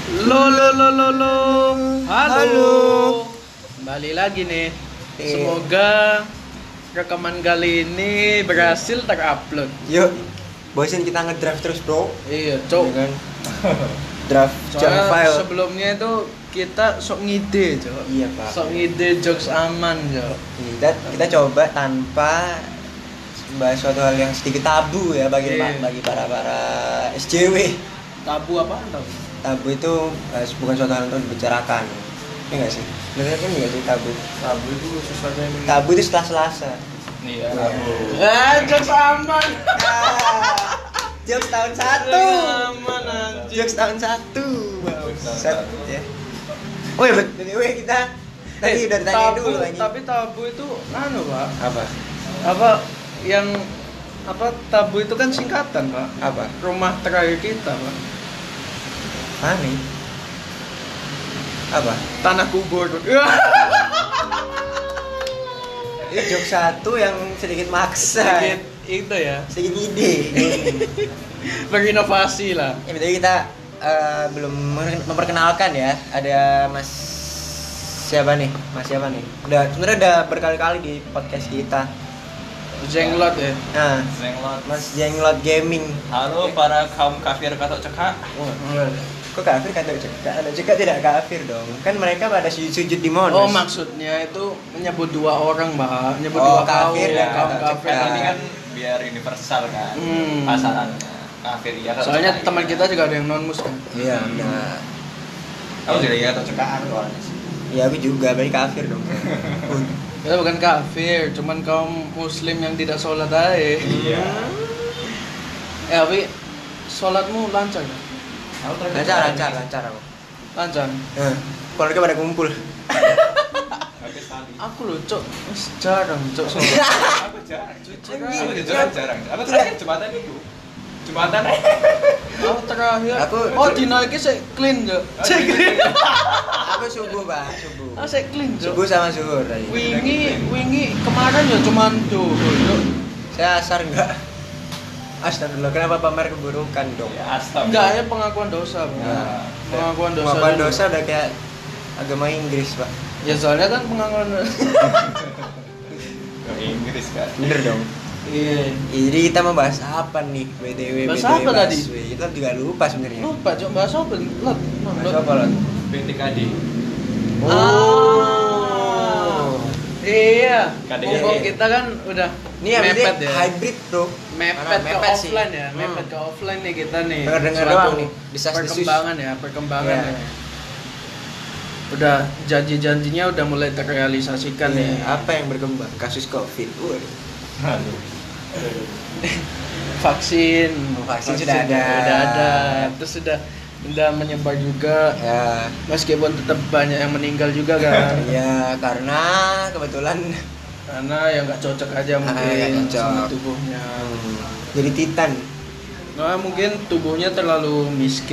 Lo. Halo. Kembali lagi nih. Semoga rekaman kali ini berhasil terupload. Yuk, bosan kita ngedraft terus, bro. Iya, cok. Ya kan? Draft junk Soalnya file. sebelumnya itu kita sok ngide, cok. Iya, Pak. Sok ngide jokes aman, cok. Kita coba tanpa bahas suatu hal yang sedikit tabu ya bagi Iya. bagi para SJW. Tabu apaan tabu? Tabu itu bukan suatu hal untuk dibicarakan. Iya enggak sih? Benar kan enggak sih tabu? Tabu itu sesuatu yang Tabu itu setelah Selasa. Iya, tabu. Jokes aman. Jokes tahun 1. Aman anjing. Jokes tahun 1. Set ya. Oh ya, BTW kita tadi udah ditanya tabu, dulu anjing. tapi tabu itu anu, Pak. Apa? Tabu itu kan singkatan, Pak. Apa? Rumah terakhir kita, Pak. Aneh. Apa? Tanah kubur. Ini joke satu yang sedikit maksa. Sedikit itu ya. Sedikit ide. Berinovasi lah. Ya, betul kita belum memperkenalkan ya. Ada Mas siapa nih? Sebenarnya udah berkali-kali di podcast kita. Jenglot ya. Nah, Zenglot. Mas Jenglot Gaming. Halo para kaum kafir katok cekak. Kok kafir kata cekak? Ada cekak tidak kafir dong. Kan mereka pada sujud di Monas. Oh, maksudnya itu menyebut dua orang, Mbak. Menyebut Oh, dua kaum, kafir ya, kaum atau kafir. cekak. Ini kan biar universal kan. Pasarannya. Kafir iya katok Soalnya cekak, teman iya. kita juga ada yang non muslim. Iya, benar. Kamu juga iya katok cekaan orangnya sih. Ya aku juga, berarti kafir dong. Kita bukan kafir, cuman kaum muslim yang tidak sholat aja. Iya. Tapi sholatmu lancar kan? Aku terakhir Lancar aku. Lancar. Keluarga pada kumpul. Habis tadi. Aku loh, cok, jarang cok sholat. Aku jarang. Jujur Aku aja. jujur jarang. Aku terakhir jembatan itu. Jembatan. Aku terakhir. Aku- Oh, dinaiki sik clean, cok. Sik clean. Aku subuh, Pak, subuh. Ah, sik clean, cok. Subuh sama zuhur tadi. Wingi kemarin ya cuman tuh, cok. Saya asar enggak? Astagfirullah, kenapa pamer keburukan dong? Ya, astaga. Enggak, ya pengakuan dosa, Bang. Ya. Pengakuan dosa. Pengakuan dulu. dosa udah kayak agama Inggris, Pak. Ya soalnya kan pengakuan dosa. Ke Inggris kan. Bener dong. Iya. Jadi kita mau bahas apa nih? BTW Bahas apa tadi? Kita juga lupa sebenarnya. Lupa, cok, bahas apa? Lot. Bahas apa, Lot? BTKD. Oh. Iya. KDR. Mumpung kita kan udah Ini ya mepet berarti ya. hybrid, Bro. Mepet Karena ke mepet sih. offline ya, Hmm. mepet ke offline nih kita nih. Dengar-dengar Suatu doang nih, desas-desus. perkembangan Iya. ya. Udah janji-janjinya udah mulai terrealisasikan Iya, nih. apa yang berkembang? Kasus Covid. Waduh. Aduh. Vaksin. Oh, vaksin sudah ada. Udah ada. Terus udah menyebar juga. Ya, Meskipun tetap banyak yang meninggal juga kan. ya karena kebetulan Karena yang nggak cocok aja nggak mungkin cocok. sama tubuhnya. jadi titan. Nah, mungkin tubuhnya terlalu miskin.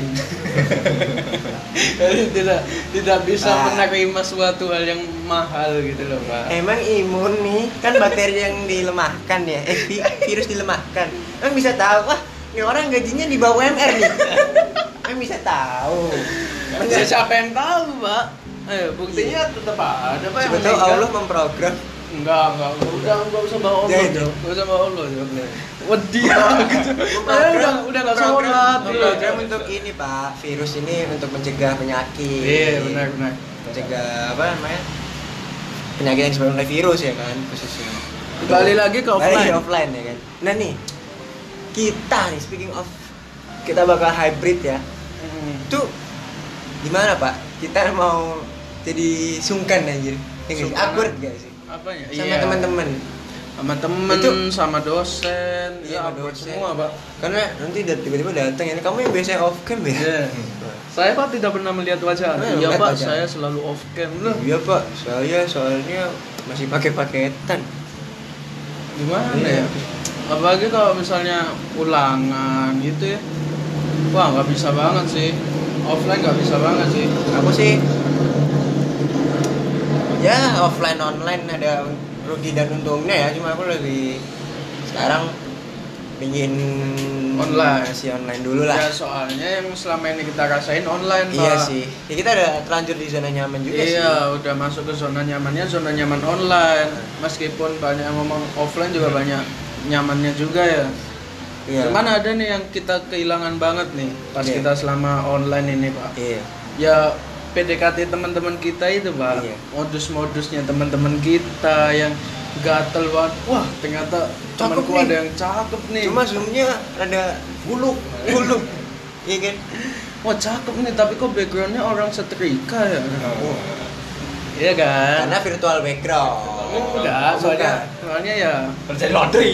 Jadi tidak bisa menerima suatu hal yang mahal gitu loh, Pak. Emang imun nih, kan bakteri yang dilemahkan ya, virus dilemahkan. Emang bisa tahu, wah ini orang gajinya di bawah UMR nih. Emang bisa tahu. Ya, siapa yang tahu, Pak? Buktinya tetap ada, Pak. yang Siapa tahu meninggal. Allah memprogram. Enggak usah bawa Allah, Jangan. Jok. Enggak usah bawa Allah, Jok. Wedi gitu. Udah enggak sholat. Memprogram untuk ini, Pak. Virus ini untuk mencegah penyakit. Iya, benar. Mencegah apa namanya? Penyakit yang disebabkan oleh virus ya kan, khususnya. Kembali lagi ke Balik offline. ke offline ya kan. Nah nih, kita nih speaking of kita bakal hybrid ya. Tuh gimana, Pak? Kita mau jadi sungkan anjir. Ya nggak sih? Sungkan. Awkward gak sih? Apanya? Sama teman-teman. Sama temen, Itu- sama dosen, Iya, ya sama upload dosen. semua, Pak. Karena nanti tiba-tiba datang ini kamu yang biasanya off cam ya? Iya. Saya Pak tidak pernah melihat wajah. Iya, Iya, melihat Pak, wajah. saya selalu off cam loh. Iya, Pak. Saya soalnya masih pakai paketan. Gimana Iya. ya? Apalagi kalau misalnya ulangan gitu ya. Wah, nggak bisa banget sih. Offline nggak bisa banget sih. Aku sih ya offline online ada rugi dan untungnya ya, cuma aku lebih sekarang Pingin Online. masih online dulu lah. Ya soalnya yang selama ini kita rasain online, Iya Pak. sih. Ya kita udah terlanjur di zona nyaman juga sih. Iya, udah masuk ke zona nyamannya, zona nyaman online. Meskipun banyak yang ngomong offline juga banyak nyamannya juga ya. Iya. Cuman ada nih yang kita kehilangan banget nih pas Iya. kita selama online ini, Pak. Iya. Ya PDKT teman-teman kita itu, Pak. Iya. Modus-modusnya teman-teman kita yang gatel banget. Wah, ternyata Cakep temanku nih. ada yang cakep nih. Cuma zoomnya rada buluk. Iya kan? Wah, cakep nih, tapi kok backgroundnya orang setrika ya? Oh. Iya kan? Karena virtual background. Enggak, soalnya ya Terjadi laundry.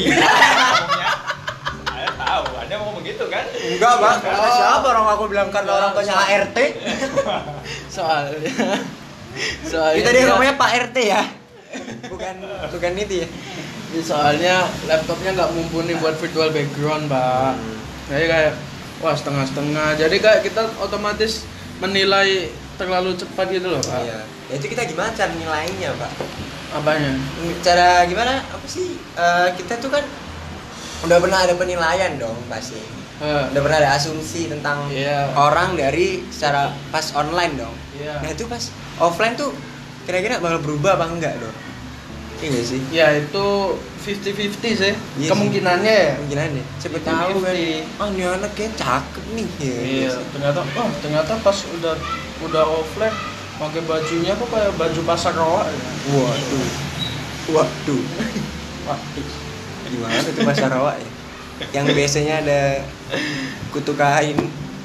Saya tahu, Anda mau begitu kan? Enggak, Bang. Kata siapa orang aku bilang karena orang tuanya ART? soalnya Kita dia ngomongnya Pak RT ya. Bukan itu ya. soalnya laptopnya nggak mumpuni buat virtual background, Pak. Jadi kayak wah setengah-setengah. Jadi kayak kita otomatis menilai terlalu cepat gitu loh, Pak. Iya. Ya itu kita gimana cara nilainya, Pak? Apanya? Cara gimana? Apa sih? Kita tuh kan udah pernah ada penilaian dong pasti. Udah pernah ada asumsi tentang Iya. orang dari secara pas online dong. Iya. Nah itu pas offline tuh kira-kira bakal berubah apa enggak dong? Iya nggak sih? Ya itu 50-50 sih. Iya Kemungkinannya ya. Kemungkinan ya. Siapa 50-50. tahu kan? Oh ini anak kayak cakep nih ya. Iya, ternyata pas udah offline pakai bajunya kok kayak baju pasar rawa ya. Waduh. Waduh. Gimana tuh pasar rawa ya? Yang biasanya ada kutu kain.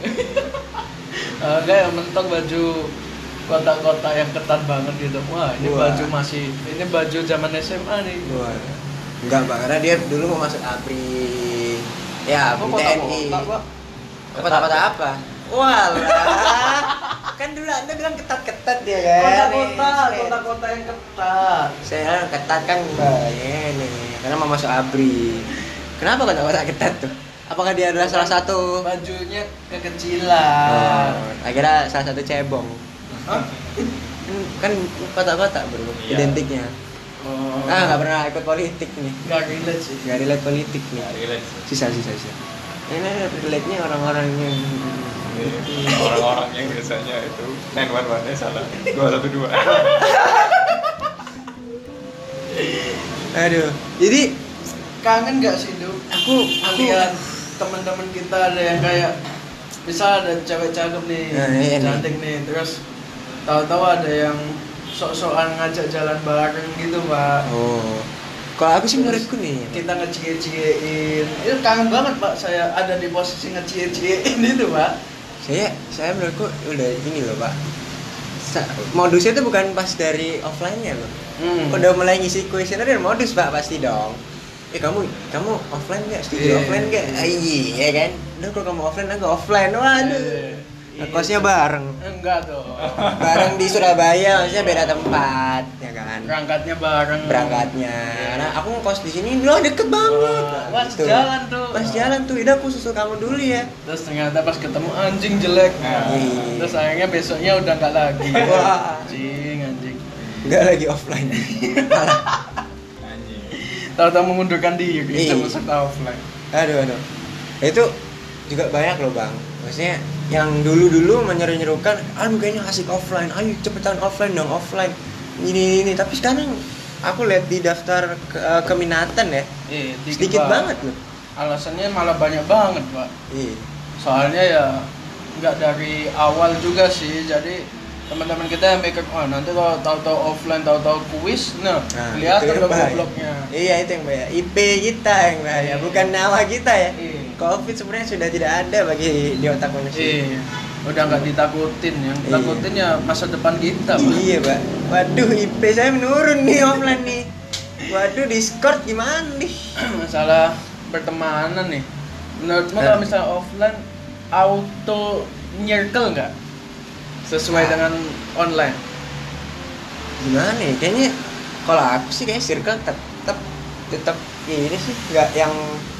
Kayak mentok baju kotak-kotak yang ketat banget gitu. Wah, ini Wah. ini baju zaman SMA nih. Wah. Enggak, Bang, karena dia dulu mau masuk ABRI. Ya, Kok ABRI TNI. kotak-kotak, Pak? Kotak-kotak apa? Walah. Kan dulu Anda bilang ketat-ketat dia kan. Kotak-kotak yang ketat. Saya ketat kan ini karena mau masuk ABRI. Kenapa kotak-kotak ketat tuh? Apakah dia adalah salah satu Bajunya kekecilan. akhirnya salah satu cebong? Hah? Kan kotak-kotak bro, Iya. identiknya. Oh. Nggak pernah ikut politik nih. Nggak relate sih. Nggak relate politik nih. Relate. Sisa. Ini relate-nya orang-orang yang Orang-orang yang biasanya itu 911-nya salah 212. aduh. Jadi Kangen nggak sih, Du? aku Lihat teman-teman kita ada yang kayak misal ada cewek cakep nih, Nah, iya nih. cantik nih, terus tahu-tahu ada yang sok-sokan ngajak jalan bareng gitu, Pak. oh. Kalau aku sih menurutku nih, Kita ngecie-ciein. Itu kangen banget, Pak. Saya ada di posisi ngecie-ciein itu, Pak. saya menurutku udah ini loh, Pak. Modusnya itu bukan pas dari offline-nya loh. Udah mulai ngisi kuesioner modus, Pak, pasti dong. Kamu offline nggak? Setuju Iya. offline nggak? Iya kan? Udah kalau kamu offline aku offline. Waduh. Kosnya bareng. Enggak dong. Bareng di Surabaya, maksudnya beda tempat, ya kan? Berangkatnya bareng. Berangkatnya. Karena aku ngekos di sini, loh deket banget. Wah, Gitu. sejalan tuh. Pas jalan tuh, udah aku susul kamu dulu ya. Terus ternyata pas ketemu anjing jelek. Iya. Terus akhirnya besoknya udah nggak lagi. Wah. Anjing. Nggak lagi offline. Malah. Anjing. Tahu-tahu mengundurkan diri Iya. peserta offline. Aduh. Itu juga banyak loh, Bang. Maksudnya yang dulu menyeru-nyerukan, aduh kayaknya asik offline, ayo cepetan offline dong, offline. Ini. Tapi sekarang aku lihat di daftar keminatan ya, Iya, sedikit banget loh. Alasannya malah banyak banget, Pak. Iya. Soalnya ya nggak dari awal juga sih. Jadi teman-teman kita yang mikir, oh nanti kalau tahu-tahu offline, tahu-tahu kuis, Nah, kelihatan itu yang dong bahaya. gobloknya. Iya, itu yang bahaya. IP kita yang bahaya, bukan nama kita ya. Iya. Covid sebenarnya sudah tidak ada bagi di otak manusia. Iya. Udah nggak ditakutin, yang Iya. takutin ya masa depan kita, Pak. Iya, Pak. Waduh, IP saya menurun nih offline nih. Waduh, Discord gimana nih? Masalah pertemanan nih. Menurutmu kalau misalnya offline auto nyirkel nggak sesuai dengan online? Gimana ya? Kayaknya kalau aku sih kayak circle tetap ini sih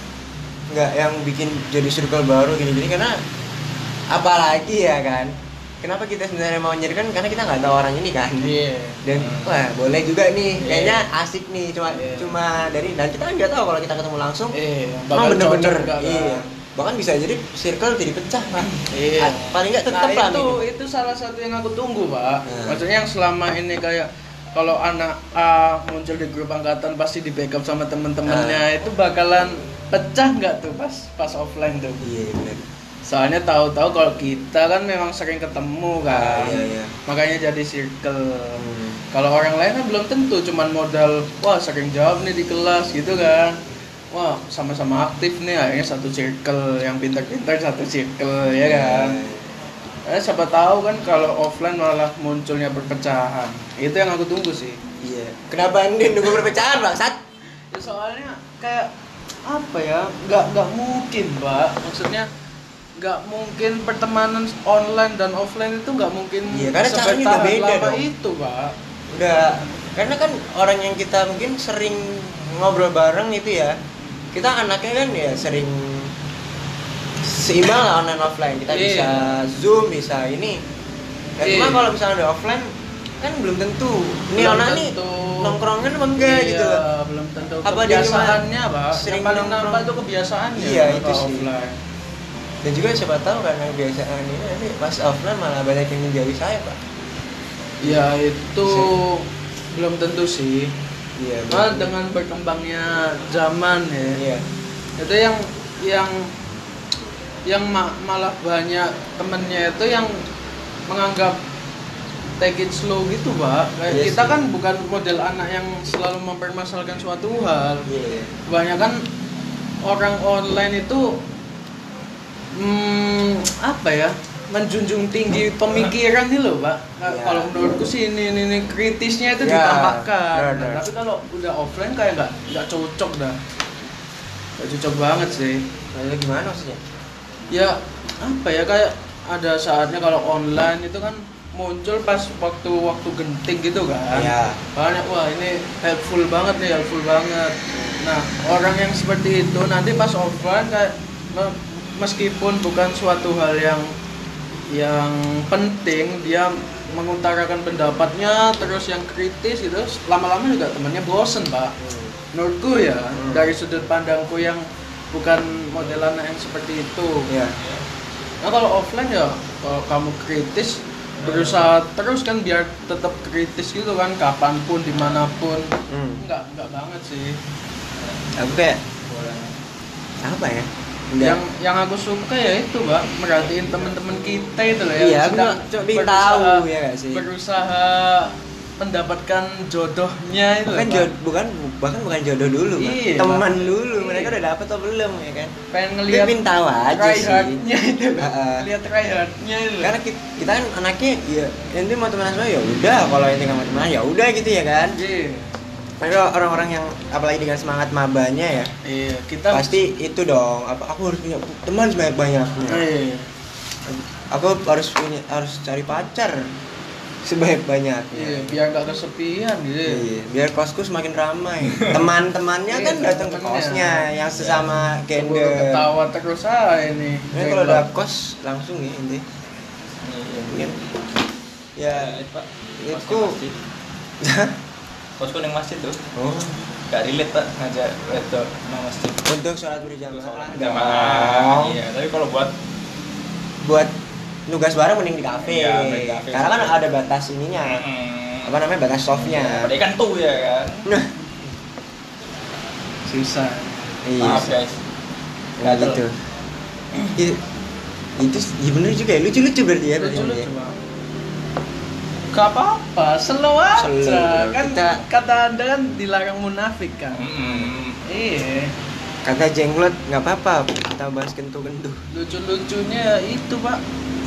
nggak yang bikin jadi circle baru gini-gini karena apalagi ya kan kenapa kita sebenarnya mau nyari kan karena kita nggak tahu orang ini kan. Iya. Dan wah boleh juga nih, Iya. kayaknya asik nih Iya. cuma dari dan kita kan nggak tahu kalau kita ketemu langsung. Iya, Emang bakal bener-bener cocok nggak, iya. kan? Bahkan bisa jadi circle jadi pecah pak. Iya. Paling nggak tetap Nah, lah. itu salah satu yang aku tunggu, Pak. Nah. Maksudnya yang selama ini kayak kalau anak A muncul di grup angkatan pasti di backup sama temen-temennya, itu bakalan pecah nggak tuh pas offline tuh? Iya benar. Soalnya tahu-tahu kalau kita kan memang sering ketemu kan, Iya. makanya jadi circle. Kalau orang lain kan belum tentu, cuman modal wah sering jawab nih di kelas gitu kan, wah sama-sama aktif nih akhirnya satu circle, yang pintar-pintar satu circle ya kan. Siapa tahu kan kalau offline malah munculnya perpecahan, itu yang aku tunggu sih. Iya. Kenapa Andin nunggu perpecahan bangsat? Ya soalnya kayak apa ya, nggak mungkin Pak, maksudnya nggak mungkin pertemanan online dan offline itu nggak mungkin Iya, karena caranya udah sebertahan beda lama dong. itu Pak. Udah karena kan orang yang kita mungkin sering ngobrol bareng itu ya, kita anaknya kan ya sering seimbang lah online offline. Kita Iya. bisa zoom, bisa ini. Ya, Iya. cuma kalau misalnya ada offline kan belum tentu. Ini Belum anak nih tentu. nongkrongan apa enggak Iya, gitu loh. belum tentu Apa dia cuma kebiasaannya Pak. sering Yang paling nongkrong? nampak itu kebiasaannya. Iya, kalau itu sih. offline. Dan juga siapa tahu karena kebiasaan ini nanti pas offline malah banyak yang menjauhi saya pak. Ya itu belum tentu sih. Iya. Malah dengan berkembangnya zaman ya. Iya. Itu yang malah banyak temennya itu yang menganggap take it slow gitu Pak. Kayak Iya kita sih. kan bukan model anak yang selalu mempermasalahkan suatu hal. Iya. Kebanyakan orang online itu apa ya, menjunjung tinggi pemikiran nih loh Pak. Nah, Iya. kalau menurutku sih ini kritisnya itu Iya, ditampakkan. benar. Nah, tapi kalau udah offline kayak nggak cocok dah. Nggak cocok banget sih. Kayak gimana maksudnya? Ya apa ya, kayak ada saatnya kalau online itu kan muncul pas waktu genting gitu kan. Iya. Banyak wah ini helpful banget nih, helpful banget. Nah, orang yang seperti itu nanti pas offline kayak meskipun bukan suatu hal yang penting, dia mengutarakan pendapatnya terus yang kritis gitu, lama-lama juga temannya bosen Pak. Menurutku ya, dari sudut pandangku yang bukan modelan yang seperti itu. Iya. Nah kalau offline ya, kalau kamu kritis berusaha terus kan biar tetap kritis gitu kan, kapanpun dimanapun. Enggak banget sih. Aku kayak apa ya? Enggak. Yang aku suka ya itu Pak, merhatiin teman-teman kita itu loh Iya, yang aku sedang cuma pengen tahu, ya nggak sih? berusaha mendapatkan jodohnya itu Bahkan loh, Pak. bukan jodoh dulu, Pak. Iya, Teman Pak. dulu, Iya. mereka udah dapet atau belum ya kan? Pengen Tapi ngelihat pengen tahu aja try sih. hard-nya itu loh. Heeh. Lihat try hard-nya itu loh. Karena kita kan anaknya ya nanti mau temenan sama ya udah, kalau ini nggak mau temenan ya udah gitu ya kan. Iya. Tapi orang-orang yang apalagi dengan semangat mabanya ya Iya, kita pasti itu dong. Aku harus punya teman sebanyak-banyaknya. Iya. Aku harus cari pacar sebanyak-banyaknya. Iya, biar gak kesepian gitu. Iya, biar kosku semakin ramai. Teman-temannya Iya, kan datang ke teman-temannya. kosnya yang sesama Keburu gender. ketawa terus aja ini. Ini kalau udah kos langsung nih inti. Mungkin ya Pak. itu Kosku nang masjid tuh. oh Gak relate Pak ngajak wedok nang masjid. untuk sholat berjamaah. Jamaah. Iya, tapi kalau Buat nugas bareng mending di kafe. Iya, mending di kafe. Karena kan ada batas ininya. Apa namanya batas softnya. Padahal kan tuh ya kan. Nah, susah. iya. Maaf guys. Nggak gitu. Itu ya bener juga ya, lucu-lucu berarti ya. Lucu-lucu Bang. Gak apa-apa, slow aja. Slow. Kan Kita- kata Anda kan dilarang munafik kan. Iya. Kata jenglot nggak apa-apa, kita bahas kentu-kentu. Lucu-lucunya itu Pak,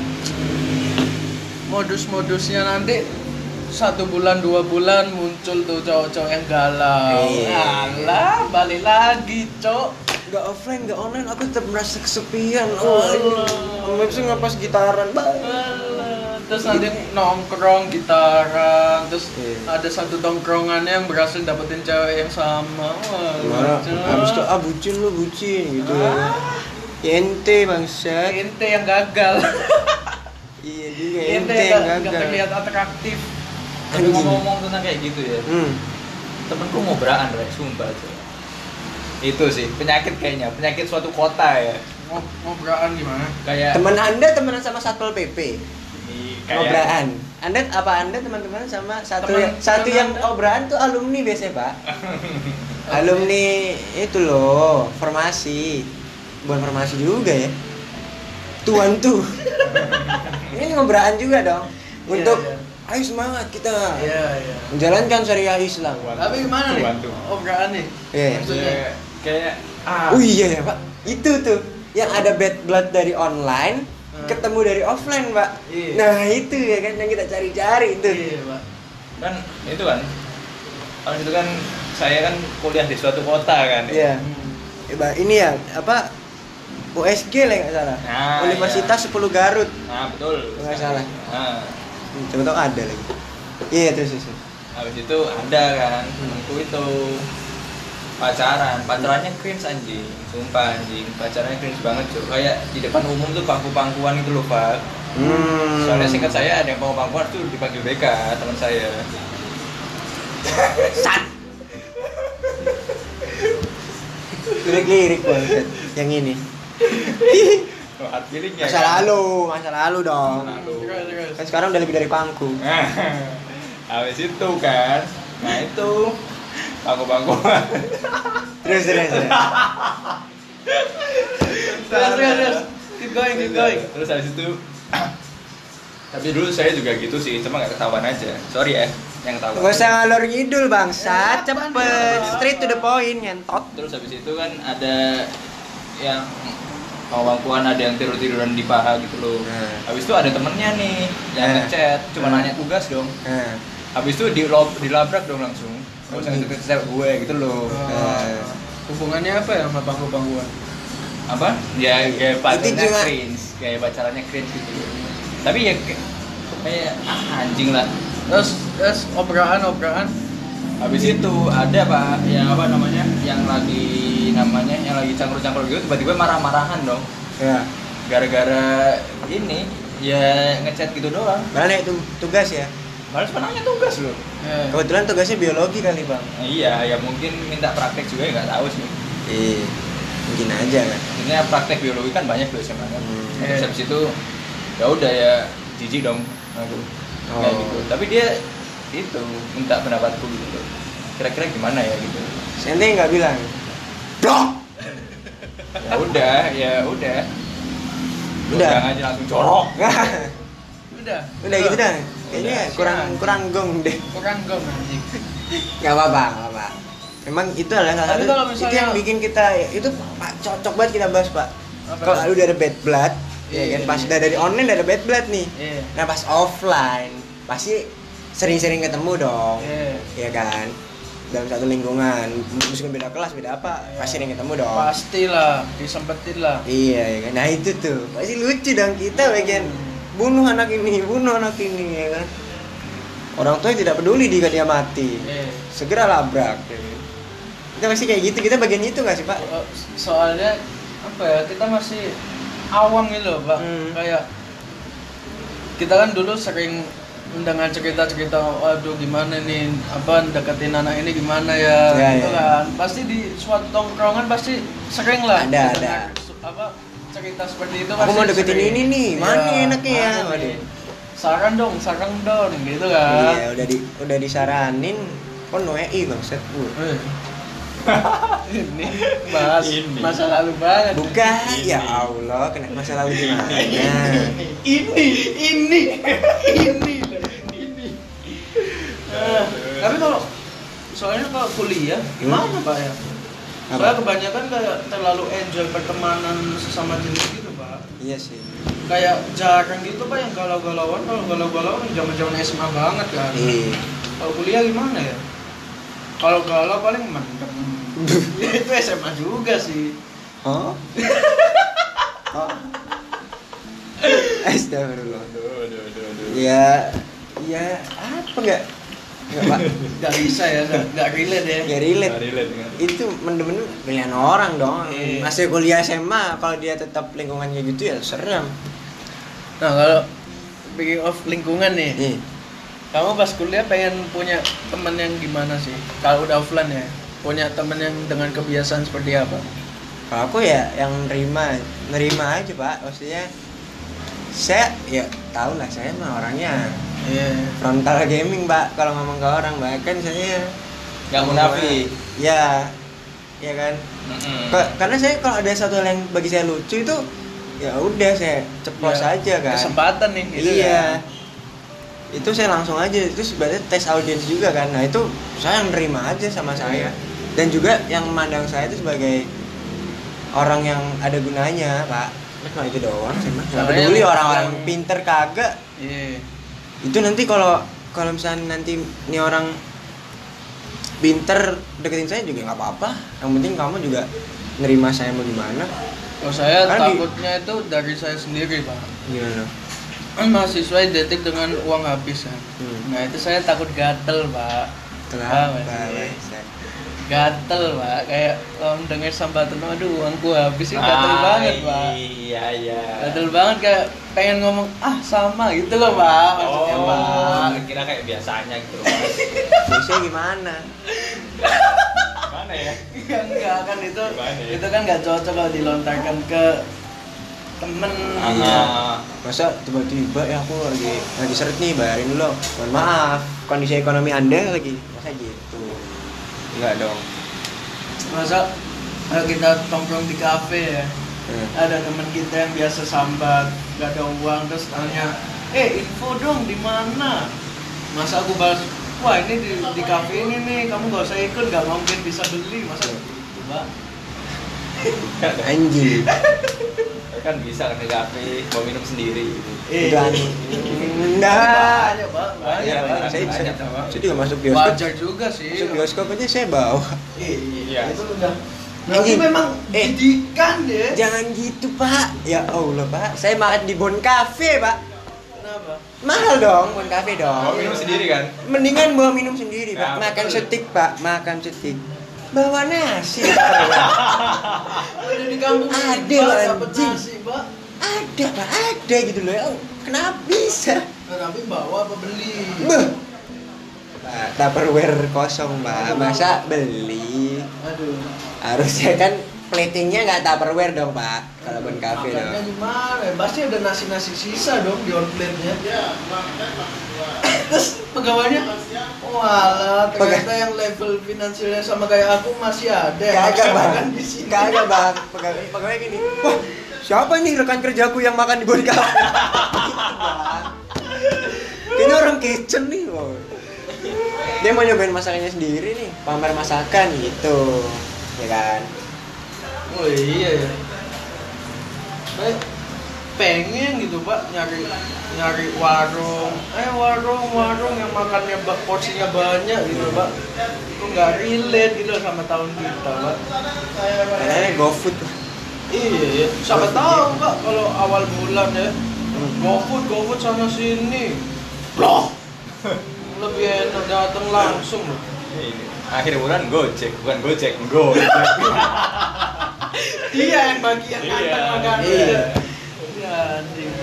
modus-modusnya nanti 1 bulan 2 bulan muncul tuh cowok-cowok yang galau. Iya. Alah, balik lagi cok. Nggak offline, nggak online, aku tetap merasa kesepian. Allah. Nggak bisa ngapas gitaran, bang. Alah, terus nanti nongkrong gitaran, terus Iya. ada satu tongkrongannya yang berhasil dapetin cewek yang sama. Wah, Gimana? lucu. Abis itu bucin lu bucin gitu. Ya ente bangsa. Ente yang gagal. Iya juga. Iya, Ente nggak yang gagal. terlihat atraktif. Tapi ngomong-ngomong tentang kayak gitu ya, temenku ngobraan Rek, sumpah aja. Itu sih penyakit kayaknya, penyakit suatu kota ya. Ngobraan gimana? Kayak Teman Anda temenan sama Satpol PP. kayak Obraan. Anda teman-teman sama satu Teman- satu teman yang Anda? obraan tuh alumni biasanya, Pak. Alumni itu loh, formasi. Bukan formasi juga ya. Tuan tuh. Ini ngobraan juga dong. Untuk Iya. ayo semangat kita Iya. menjalankan syariah Islam. Tapi gimana nih? Tuan tuh. Ngobraan nih. Iya. Maksudnya? kayak Oh iya ya, Pak. Itu tuh yang ada bad blood dari online ketemu dari offline, Pak. Iya. Nah, itu ya kan yang kita cari-cari itu. Iya, Pak. kan itu kan kalau itu kan saya kan kuliah di suatu kota kan Iya. Ini ya apa USG lah nggak salah. Nah, Universitas 10 Garut. nah betul Nggak salah. nah Coba tahu ada lagi. Iya terus. habis itu ada kan temanku itu pacarannya cringe anjing, sumpah anjing, pacarannya cringe banget cuy, kayak di depan umum tuh pangku-pangkuan itu loh Pak. Soalnya singkat saya ada yang pangku-pangkuan tuh dipanggil BK teman saya. Sat. Lirik banget yang ini. Oh, art feelingnya Masa lalu dong. Terus. Kan sekarang udah lebih dari pangku. Habis itu kan, nah itu pangku-pangkuan. Terus. Terus. Keep going. Terus habis itu tapi dulu saya juga gitu sih, cuma nggak ketahuan aja. Sorry ya, yang ketahuan. Gak usah ngalor ngidul bangsa, cepet, straight to the point, ngentot. Terus habis itu kan ada yang pangkuan, ada yang tidur-tiduran di paha gitu loh. Nah. Habis itu ada temennya nih yang Nah. ngechat, cuma Nah. nanya tugas dong. Nah, Habis itu dilabrak dong langsung. Gak usah ngechat gue gitu loh. Hubungannya apa ya sama pangku-pangkuan? Apa? Ya kayak pacarannya juga- cringe, kayak pacarannya cringe gitu. Tapi ya kayak anjing lah. Terus obraan. Habis itu ada Pak yang apa namanya? Yang lagi cangkruk-cangkruk gitu tiba-tiba marah-marahan dong. ya. Gara-gara ini ya ngechat gitu doang. Malah itu tugas ya. Malah cuma nanya tugas loh. Kebetulan tugasnya biologi kali bang. Nah, iya, ya mungkin minta praktek juga ya nggak tahu sih. Iya, mungkin aja kan. Maksudnya praktek biologi kan banyak tuh SMA kan. Hmm. Terus habis itu ya udah ya jijik dong aku. Kayak gitu. Tapi dia itu minta pendapatku gitu loh. Kira-kira gimana ya gitu. Sente nggak bilang. Dok. Ya udah. Udah. Jangan aja langsung corok. Udah Udah gitu dah. Kayaknya Udah, kurang gong deh. Kurang gong anjing. Nggak apa-apa. Memang itu adalah salah Tapi satu. kalau Itu misalnya- yang bikin kita itu Pak cocok banget kita bahas Pak. Apa? Kalau udah ada bad blood, ya Iya, kan pas iya. udah dari online udah ada bad blood nih. Iya. Nah pas offline pasti sering-sering ketemu dong, Iya. ya kan? Dalam satu lingkungan, meskipun beda kelas, beda apa, pasti sering ketemu dong. Pastilah, disempetin lah. Iya, ya kan? Nah itu tuh, pasti lucu dong kita bagian bunuh anak ini, ya kan? Orang tua tidak peduli jika dia mati, Iya. segera labrak. Kita pasti kayak gitu, kita bagian itu nggak sih Pak? Soalnya apa ya, kita masih awam gitu loh Pak. Kayak kita kan dulu sering mendengar cerita-cerita, waduh gimana nih, apa deketin anak ini gimana ya, Ya, gitu ya. kan. Pasti di suatu tongkrongan pasti sering lah Ada. mendengar apa cerita seperti itu. Aku pasti mau deketin sering. ini nih, mana Iya, enaknya ya? mana Waduh. nih? Saran dong, gitu kan. Iya, udah disaranin, kon WI bangsat. Ini bahas Ini. masa lalu banget. Bukan, ya Allah, kena masa lalu gimana? Ini. Tapi kalau soalnya kalau kuliah gimana Pak ya? Soalnya kebanyakan kayak terlalu enjoy pertemanan sesama jenis gitu Pak. Iya sih. Kayak jarang gitu Pak yang galau-galauan, kalau galau-galauan zaman-zaman SMA banget kan. Iya. Kalau kuliah gimana ya? Kalau galau paling mendem. Itu SMA juga sih. Oh? Oh? Astagfirullah. Aduh. Ya apa enggak Pak? Gak bisa ya, gak relate ya. Ya relate. Nggak relate kan? Itu mendem-mendem pilihan orang dong. Iya. Masih kuliah SMA, kalau dia tetap lingkungannya gitu ya serem. Nah kalau speaking of lingkungan nih. Nih, Kamu pas kuliah pengen punya teman yang gimana sih? Kalau udah offline ya, punya teman yang dengan kebiasaan seperti apa? kalau aku ya yang nerima aja Pak. Maksudnya saya ya tahu lah saya mah orangnya Iya. frontal gaming Pak. Kalau ngomong ke orang bahkan saya Nggak munafik. Ya, ya kan. Mm-mm. Karena saya kalau ada satu hal yang bagi saya lucu itu ya udah saya ceplos Iya. aja kan. Kesempatan nih. Gitu Iya. kan? Itu saya langsung aja, itu sebenarnya tes audiens juga kan. Nah itu saya nerima aja sama saya. Dan juga yang memandang saya itu sebagai orang yang ada gunanya Pak. Cuma itu doang sih Mas. Nggak Soalnya peduli yang- orang-orang pinter kagak. Iya. Itu nanti kalau misalnya nanti ini orang pinter deketin saya juga nggak apa-apa. Yang penting kamu juga nerima saya mau gimana. Kalau saya Karena takutnya itu dari saya sendiri, Pak. Gimana? Kan mahasiswa identik dengan uang habis kan. Hmm. Nah itu saya takut gatel, Pak. Paham Kenapa? nggak sih? Bangsa? Gatel, Pak. Kayak kalau dengar sambatan, aduh uangku habis sih gatel banget, Pak. Iya. Gatel banget kayak pengen ngomong sama gitu loh, Pak. Maksudnya, Pak. Kira kayak biasanya gitu loh, Mas. Biasanya gimana? Mana ya? Ya enggak kan itu Gimana ya? itu kan nggak cocok kalau dilontarkan ke temen. Iya. Masa tiba-tiba ya aku lagi seret nih bayarin dulu. Mohon maaf, kondisi ekonomi Anda lagi. Masa gitu? Enggak dong. Masa kita tongkrong di kafe ya, ada teman kita yang biasa sambat, gak ada uang, terus tanya, info dong di mana? Masa aku balas, wah ini di kafe ini nih, kamu gak usah ikut, gak mungkin bisa beli, masa gitu, Pak? Anjing. Kan bisa kan ke kafe mau minum sendiri gitu. Itu aneh. Enggak. Banyak, Pak, Banyak, banyak. banyak. Saya juga masuk bioskop. Wajar juga sih. Masuk bioskop aja saya bawa. Iya. Itu udah. Berarti Anjing. memang didikan ya. Jangan gitu Pak. Ya Allah Pak. Saya makan di Bon Cafe Pak. Kenapa? Mahal dong Bon Cafe dong. Mau minum sendiri kan? Mendingan bawa minum sendiri Pak. Ya, Makan betul. setik Pak. Makan setik. Bawa nasi. Ada di kampung Ada, ini, Pak, dapat anjing. nasi, Pak. Ada Pak. Ada gitu loh. Ya, kenapa bisa? Nah, tapi bawa apa beli? Beuh. Pak, Tupperware kosong Pak. Masa beli? Aduh. Harusnya kan platingnya nggak Tupperware dong Pak. Kalau Bon Cafe Makannya dong. gimana? Pasti ada nasi-nasi sisa dong di outletnya. Ya, terus pegawainya, walah, ternyata yang level finansialnya sama kayak aku masih ada. yang Kagak makan Bang. di sini. Kagak Bang. Pegawai gini. Wah, siapa nih rekan kerjaku yang makan di Bon Cafe? Kayaknya orang kitchen nih. Wow. Dia mau nyobain masakannya sendiri nih, pamer masakan gitu. Ya kan? Oh iya ya. Saya pengen gitu Pak nyari warung, warung yang makannya porsinya banyak gitu Pak. Itu nggak relate gitu sama tahun kita Pak. Kayaknya GoFood. Iya ya. Siapa tahu Pak kalau awal bulan ya. GoFood sana sini. Loh. Lebih enak datang langsung loh. Ini. Akhir bulan Gojek, bukan Gojek, Gojek. Dia yang bagian Iya. antar makanan. Iya. Iya, anjing.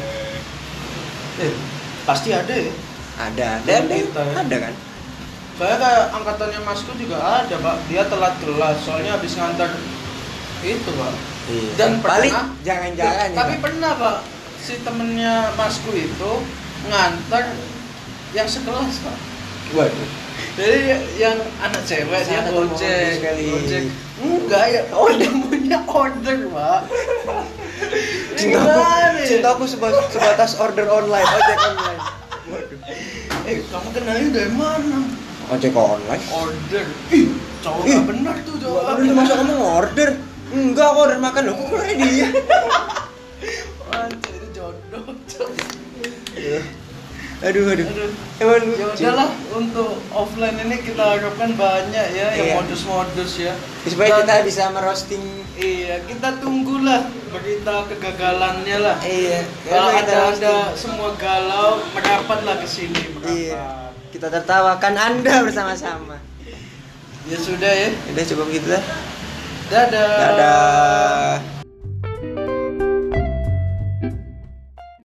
Pasti ada ya. Ada Kita ya. ada kan? Saya kayak angkatannya Masku juga ada, Pak. Dia telat kelas, soalnya habis ngantar itu, Pak. Iya. Dan paling pernah- jangan-jangan ya, Tapi Pak. pernah, Pak, si temennya Masku itu ngantar yang sekelas, Pak. Waduh. Jadi yang anak cewek dia Sangat gojek, modus sekali. gojek. Enggak ya, dia punya order, Pak. Cintaku, Gimana ya? cintaku sebatas order online, ojek online. Waduh. Kamu kenalnya dari mana? Ojek online? Order. Ih, cowok Ih, gak benar tuh Waduh, jawabannya. masa kamu order? Enggak, aku order makan loh. Kok kurang dia? Anjir, itu jodoh. Aduh. Aduh. Emang Ya udahlah, untuk offline ini kita harapkan banyak ya yang Iya. modus-modus ya. supaya Dan- kita bisa merosting. Iya, kita tunggulah berita kegagalannya lah. Iya. Kalau Kita ada roasting. semua galau, merapatlah ke sini, Iya. merapat. Kita tertawakan Anda bersama-sama. Ya sudah ya. Udah cukup gitu lah. Dadah. Dadah.